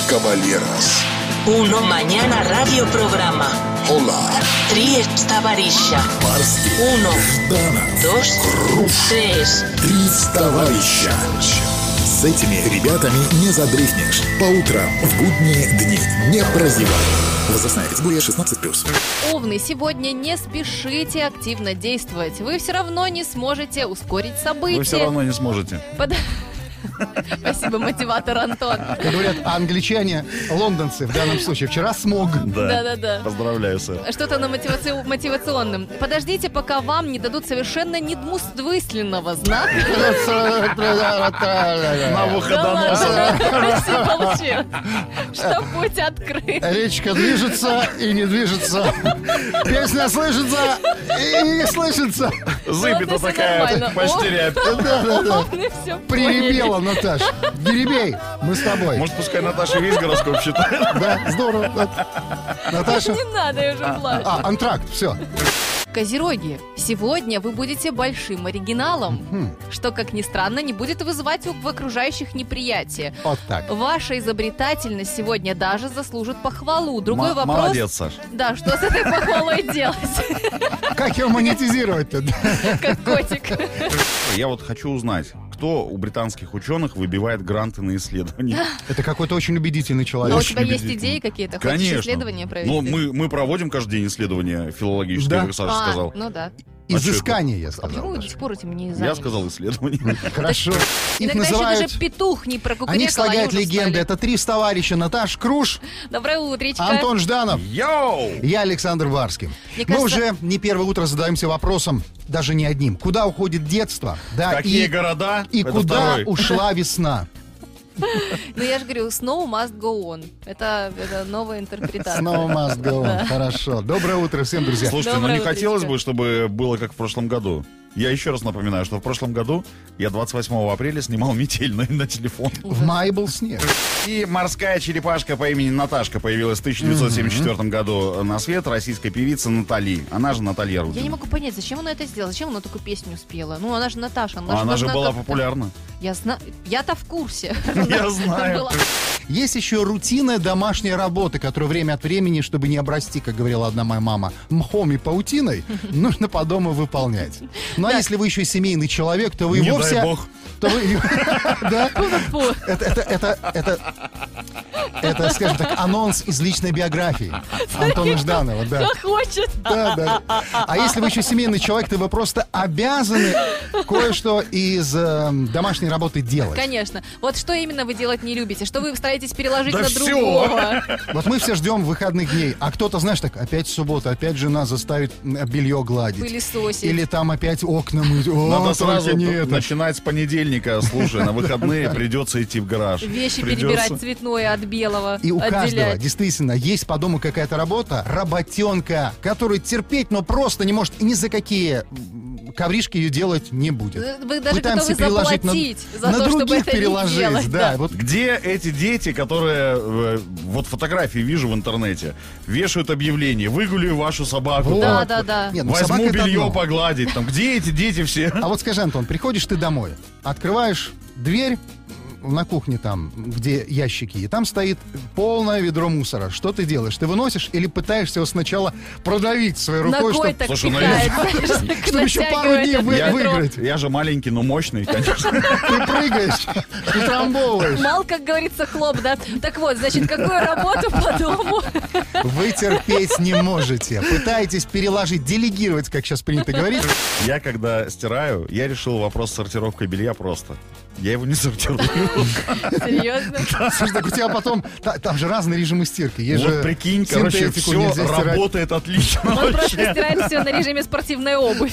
caballeros. Uno mañana radio programa. Hola. Три товарища. Барский. Uno, Жданов. dos, Руш. tres. Три товарища. С этими ребятами не задрыхнешь. По утрам в будние дни не прозевай. Возрастная категория 16+. Овны, сегодня не спешите активно действовать. Вы все равно не сможете ускорить события. Вы все равно не сможете. Спасибо, мотиватор Антон. Как говорят англичане, лондонцы в данном случае. Вчера смог. Да-да-да. Поздравляю, сэр. Что-то на мотивационном. Подождите, пока вам не дадут совершенно недвусмысленного знака. На выходоносах. Молчи. Что путь открыт. Речка движется и не движется. Песня слышится и не слышится. Зыбит Вот это такая нормально. почти рябь. Да-да-да. Овны все Прирепела, Наташ. Деребей, мы с тобой. Может, пускай Наташа весь гороскоп читает. Да, здорово. Наташа. Не надо, я уже плачу. Антракт, все. Козероги, сегодня вы будете большим оригиналом, что, как ни странно, не будет вызывать в окружающих неприятие. Вот так. Ваша изобретательность сегодня даже заслужит похвалу. Другой вопрос... Молодец, Саш. Да, что с этой похвалой делать? Как его монетизировать-то? Как котик. Я вот хочу узнать, кто у британских ученых выбивает гранты на исследования? Это какой-то очень убедительный А у человек. тебя есть убедительно. идеи какие-то? Хочешь Конечно. исследования провести? Ну, мы проводим каждый день исследования филологические, Да. как Саша сказал. Ну да. Изыскание, я А сказал. почему вы до даже. сих пор этим не Я заняты? сказал исследование. Хорошо. Их Иногда еще называют... даже петух не прокукарекал, О них слагают они уже легенды. встали. Это три товарища. Наташ Круш, Доброе утречко. Антон Жданов. Йоу! Я Александр Варский. Мне Мы кажется- уже не первое утро задаемся вопросом, даже не одним. Куда уходит детство? Да, Какие и города? и Это куда второй. ушла весна? Ну я же говорю, snow must go on. Это новая интерпретация. Снова must go on. Хорошо. Доброе утро всем, друзья. Слушайте, ну Доброе не утречко. хотелось бы, чтобы было как в прошлом году. Я еще раз напоминаю, что в прошлом году я 28 апреля снимал метель на телефон. В мае был снег. И морская черепашка по имени Наташка появилась в 1974 году на свет. Российская певица Натали. Она же Наталья Рудина. Я не могу понять, зачем она это сделала, зачем она такую песню спела. Ну, она же Наташа. Она же должна была как-то- популярна. Я знаю, я-то в курсе. Я знаю. Была. Есть еще рутинная домашняя работа, которую время от времени, чтобы не обрасти, как говорила одна моя мама, мхом и паутиной, нужно по дому выполнять. Ну а если вы еще и семейный человек, то вы и Не дай вовсе... бог. То вы... Да? Фу. Это, скажем так, анонс из личной биографии Антона Жданова, да. Кто хочет. Да. А если вы еще семейный человек, то вы просто обязаны кое-что из домашней работы делать. Конечно. Вот что именно вы делать не любите? Что вы стараетесь переложить Да на всё. другого? Вот мы все ждем выходных дней, а кто-то, знаешь, так, опять суббота, опять жена заставит белье гладить. Пылесосить. Или там опять окна мыть. О, Надо только сразу не это. начинать с понедельника. Слушай, на выходные придется идти в гараж. Вещи Придется. перебирать цветное от белого. И у каждого отделять. действительно есть по дому какая-то работа, работенка, которую терпеть, но просто не может и ни за какие ковришки ее делать не будет. Вы даже Пытаемся готовы переложить заплатить за на то, чтобы других это переложить. не делать. Да, вот Где эти дети, которые, вот фотографии вижу в интернете, вешают объявление, выгуляю вашу собаку, Вот. Да, там, да, да. Нет, ну, возьму собака это белье одно. погладить, там, где эти дети все? А вот скажи, Антон, приходишь ты домой, открываешь дверь на кухне там, где ящики, и там стоит полное ведро мусора. Что ты делаешь? Ты выносишь или пытаешься его сначала продавить своей рукой, Ногой чтобы так Слушай, ну пихает, чтобы еще пару дней выиграть? Я же маленький, но мощный, конечно. Ты прыгаешь, утрамбовываешь. Мал, как говорится, хлоп, да? Так вот, значит, какую работу по дому? Вы терпеть не можете. Пытаетесь переложить, делегировать, как сейчас принято говорить. Я когда стираю, я решил вопрос с сортировкой белья просто. Я его не сортирую. Серьезно? Слушай, так у тебя потом... Там же разные режимы стирки. Есть Вот же прикинь, короче, синтетику все нельзя стирать. работает отлично. Он просто вообще. стирает все на режиме спортивной обувь.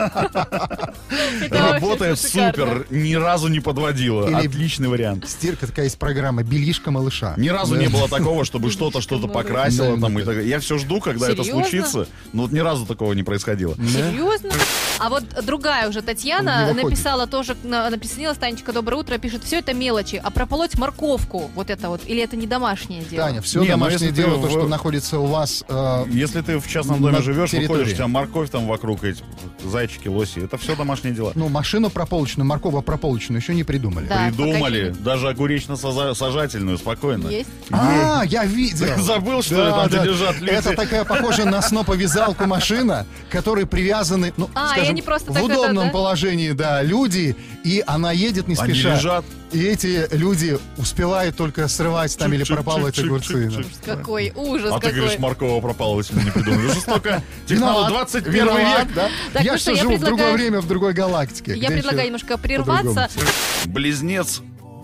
Это Работает вообще шикарно. супер, ни разу не подводила. Или- Отличный вариант. Стирка такая есть программа «Бельишко малыша». Ни разу Да. не было такого, чтобы что-то покрасило. Да, Там, да, и так. Я все жду, когда это Серьезно? случится, но вот ни разу такого не происходило. Серьезно? А вот другая уже Не Татьяна выходит. написала тоже, написала Танечка доброе утро, пишет, все это мелочи, а прополоть морковку, вот это вот, или это не домашнее дело? Таня, все Не, ну домашнее если дело, ты то, в- что находится у вас... Если ты в частном доме на живешь, территории. выходишь, у тебя морковь там вокруг, эти зайчики, лоси, это все домашние дела. Ну, машину прополочную, морково прополочную еще не придумали. Да. Придумали, пока даже огуречно-сажательную, спокойно. Есть? А, я видел. Забыл, что ли, там, где лежат люди? Это такая похожая на сноповязалку машина, которой привязаны, ну, А, и скажем, они просто в так это, удобном да? положении, да, люди, и она едет не Они спеша. лежат. И эти люди успевают только срывать там или Чик-чик, пропалывать чик-чик, огурцы. чик-чик. Какой ужас, А ты какой. говоришь, моркового пропалывать мы не придумали. Уже столько технологий. 21 Виноват, век. да? Так, Я ну что что, я живу в другое предлагаю- время, в другой галактике. Я где предлагаю еще немножко прерваться. Близнец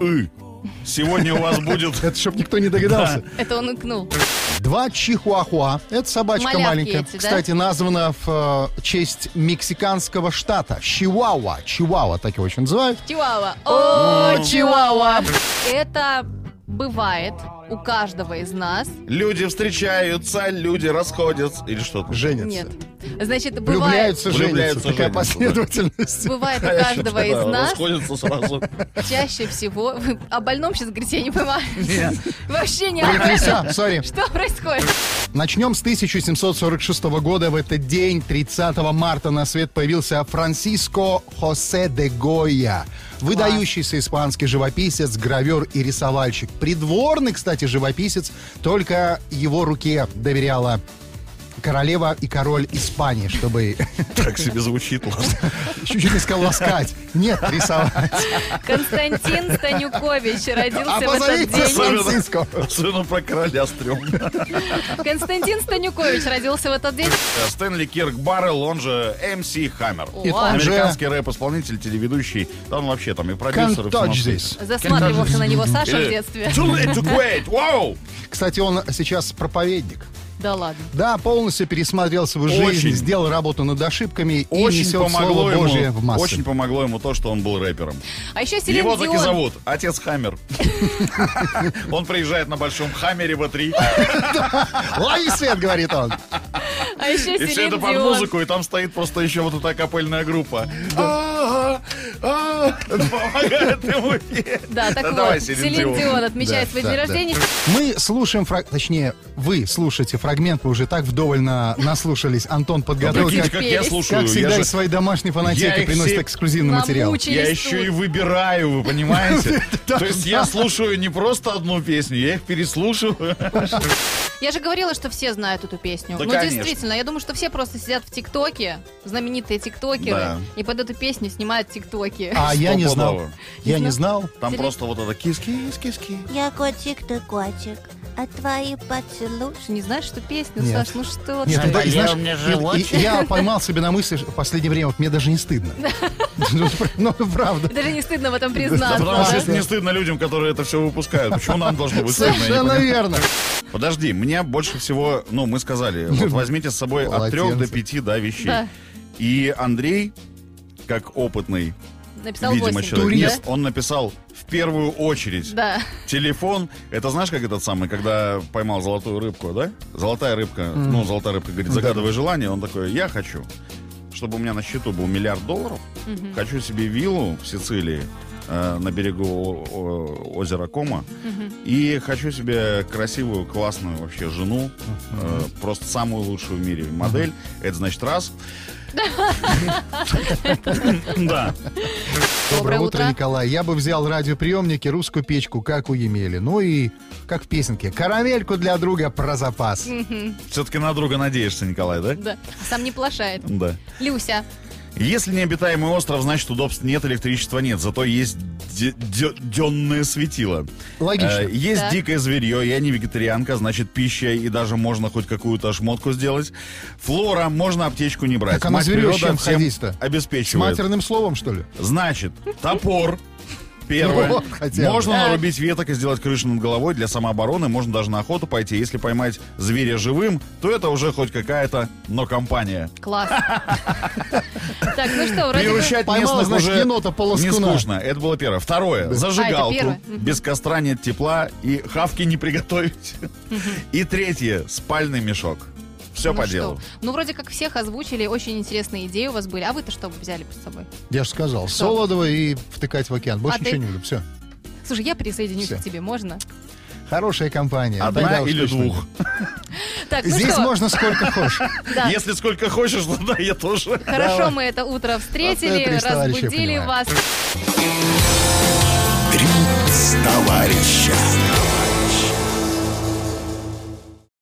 Сегодня у вас будет... Это чтоб никто не догадался. Это он икнул. 2 чихуахуа. Это собачка Малявки маленькая. эти, да? Кстати, названа в честь мексиканского штата. Чиуауа. Чиуауа, так его очень называют. Чиуауа. О, Чиуауа. Это бывает у каждого из нас. Люди встречаются, люди расходятся. Или что-то. Женятся. Нет. Значит, бывает, Влюбляются, Влюбляются, женятся. Такая женятся, последовательность. бывает у каждого из нас Расходятся сразу. чаще всего... Вы о больном сейчас говорите, я не понимаю. Нет. Вообще не о Все, сори. Что происходит? Начнем с 1746 года. В этот день, 30 марта, на свет появился Франсиско Хосе де Гойя. Выдающийся испанский живописец, гравер и рисовальщик. Придворный, кстати, живописец, только его руке доверяла королева и король Испании, чтобы Так себе звучит, ладно. чуть-чуть не сказал ласкать. Нет, рисовать. Константин Станюкович родился А в этот позовите день. Франциско. Особенно про короля стрёмно. Константин Станюкович родился в этот день. Стэнли Кирк Баррелл, он же МС Хаммер. И он же Американский рэп-исполнитель, телеведущий. Да он вообще там и продюсер. Can't и всё на touch свете. this. Засматривался на него Саша в Или детстве. Too late to quit. Wow! Кстати, он сейчас проповедник. Да ладно. Да, полностью пересмотрел свою жизнь, Очень. сделал работу над ошибками и Очень несет помогло Слово Божие в ему, массы. очень помогло ему то, что он был рэпером. А еще Селин Его так и Дион. зовут, отец Хаммер. Он приезжает на большом Хаммере В3. Лови свет, говорит он. А еще И все Селин это под Дион. музыку, и там стоит просто еще вот эта капельная группа. Помогает ему петь. Да, так давай, вот, Селин Селин Дион. Дион отмечает Да, свой да, день да. рождения. Мы слушаем, точнее, вы слушаете фрагмент, вы уже так вдоволь наслушались. Антон подготовил, Прикиньте, как, как я Как слушаю. как всегда, Я же- из своей домашней Я фонотеки их приносит все эксклюзивный материал. Намучились Я тут. еще и выбираю, вы понимаете? То есть я слушаю не просто одну песню, я их переслушиваю. Я же говорила, что все знают эту песню. Да, Ну, конечно. действительно, я думаю, что все просто сидят в ТикТоке, знаменитые тиктокеры, Да. и под эту песню снимают ТикТоки. А я не знал. Стопудово. Я не знал. Там Селин- просто вот это кис-кис-кис-кис. Я котик, ты котик, а твои поцелуй. Что, не знаешь, что песню, Нет. Саш? Ну что Нет, ты? и, знаешь, мне я поймал себя на мысли, что в последнее время вот мне даже не стыдно. Ну, правда. Даже не стыдно в этом Да признаться. потому что да? если не стыдно людям, которые это все выпускают, почему нам должно быть стыдно? Я не Совершенно понимаю. верно. Подожди, мне больше всего, ну, мы сказали, вот возьмите с собой от 3 до Полотенце. 5, да, вещей. Да. И Андрей, как опытный, Написал видимо, 8. человек, да? он написал в первую очередь Да. телефон. Это знаешь, как этот самый, когда поймал золотую рыбку, да? Золотая рыбка, ну, золотая рыбка говорит, загадывай желание, он такой, я хочу, чтобы у меня на счету был $1 миллиард, хочу себе виллу в Сицилии, на берегу озера Кома. И хочу себе красивую, классную вообще жену. Просто самую лучшую в мире модель. Это значит раз. Да. Доброе утро, утро. Николай. Я бы взял радиоприемники, русскую печку, как у Емели. Ну и, как в песенке, карамельку для друга про запас. Все-таки на друга надеешься, Николай, да? Да. Сам не плашает. Да. Люся. Если необитаемый остров, значит удобств нет, электричества нет. Зато есть денное светило. Логично. Есть Так. дикое зверье, я не вегетарианка, значит пища, и даже можно хоть какую-то шмотку сделать. Флора, можно аптечку не брать. Так, а на Мать зверье природа с чем всем ходить-то? С обеспечивает. матерным словом, что ли? Значит, топор. Первое. Вот, хотя бы. Можно Так. нарубить веток и сделать крышу над головой для самообороны. Можно даже на охоту пойти. Если поймать зверя живым, то это уже хоть какая-то, но компания. Класс. Так, ну что, вроде бы... Приручать Поймала, местных значит, уже енота не полоскуна. скучно. Это было первое. Второе. Зажигалку. первое. Без костра нет тепла и хавки не приготовить. И третье. Спальный мешок. Все по что? делу. Ну, вроде как всех озвучили, очень интересные идеи у вас были. А вы-то что взяли с собой? Я же сказал, Солодова и втыкать в океан. Больше А ничего ты? не буду. Все. Слушай, я присоединюсь Всё. к тебе, можно? Хорошая компания. Одна Тогда уж или точно. двух. Так, ну Здесь что, можно сколько хочешь. да. Если сколько хочешь, то да, я тоже. Хорошо, Давай. мы это утро встретили, Вот это из товарища, разбудили понимаю. вас. 3 товарища.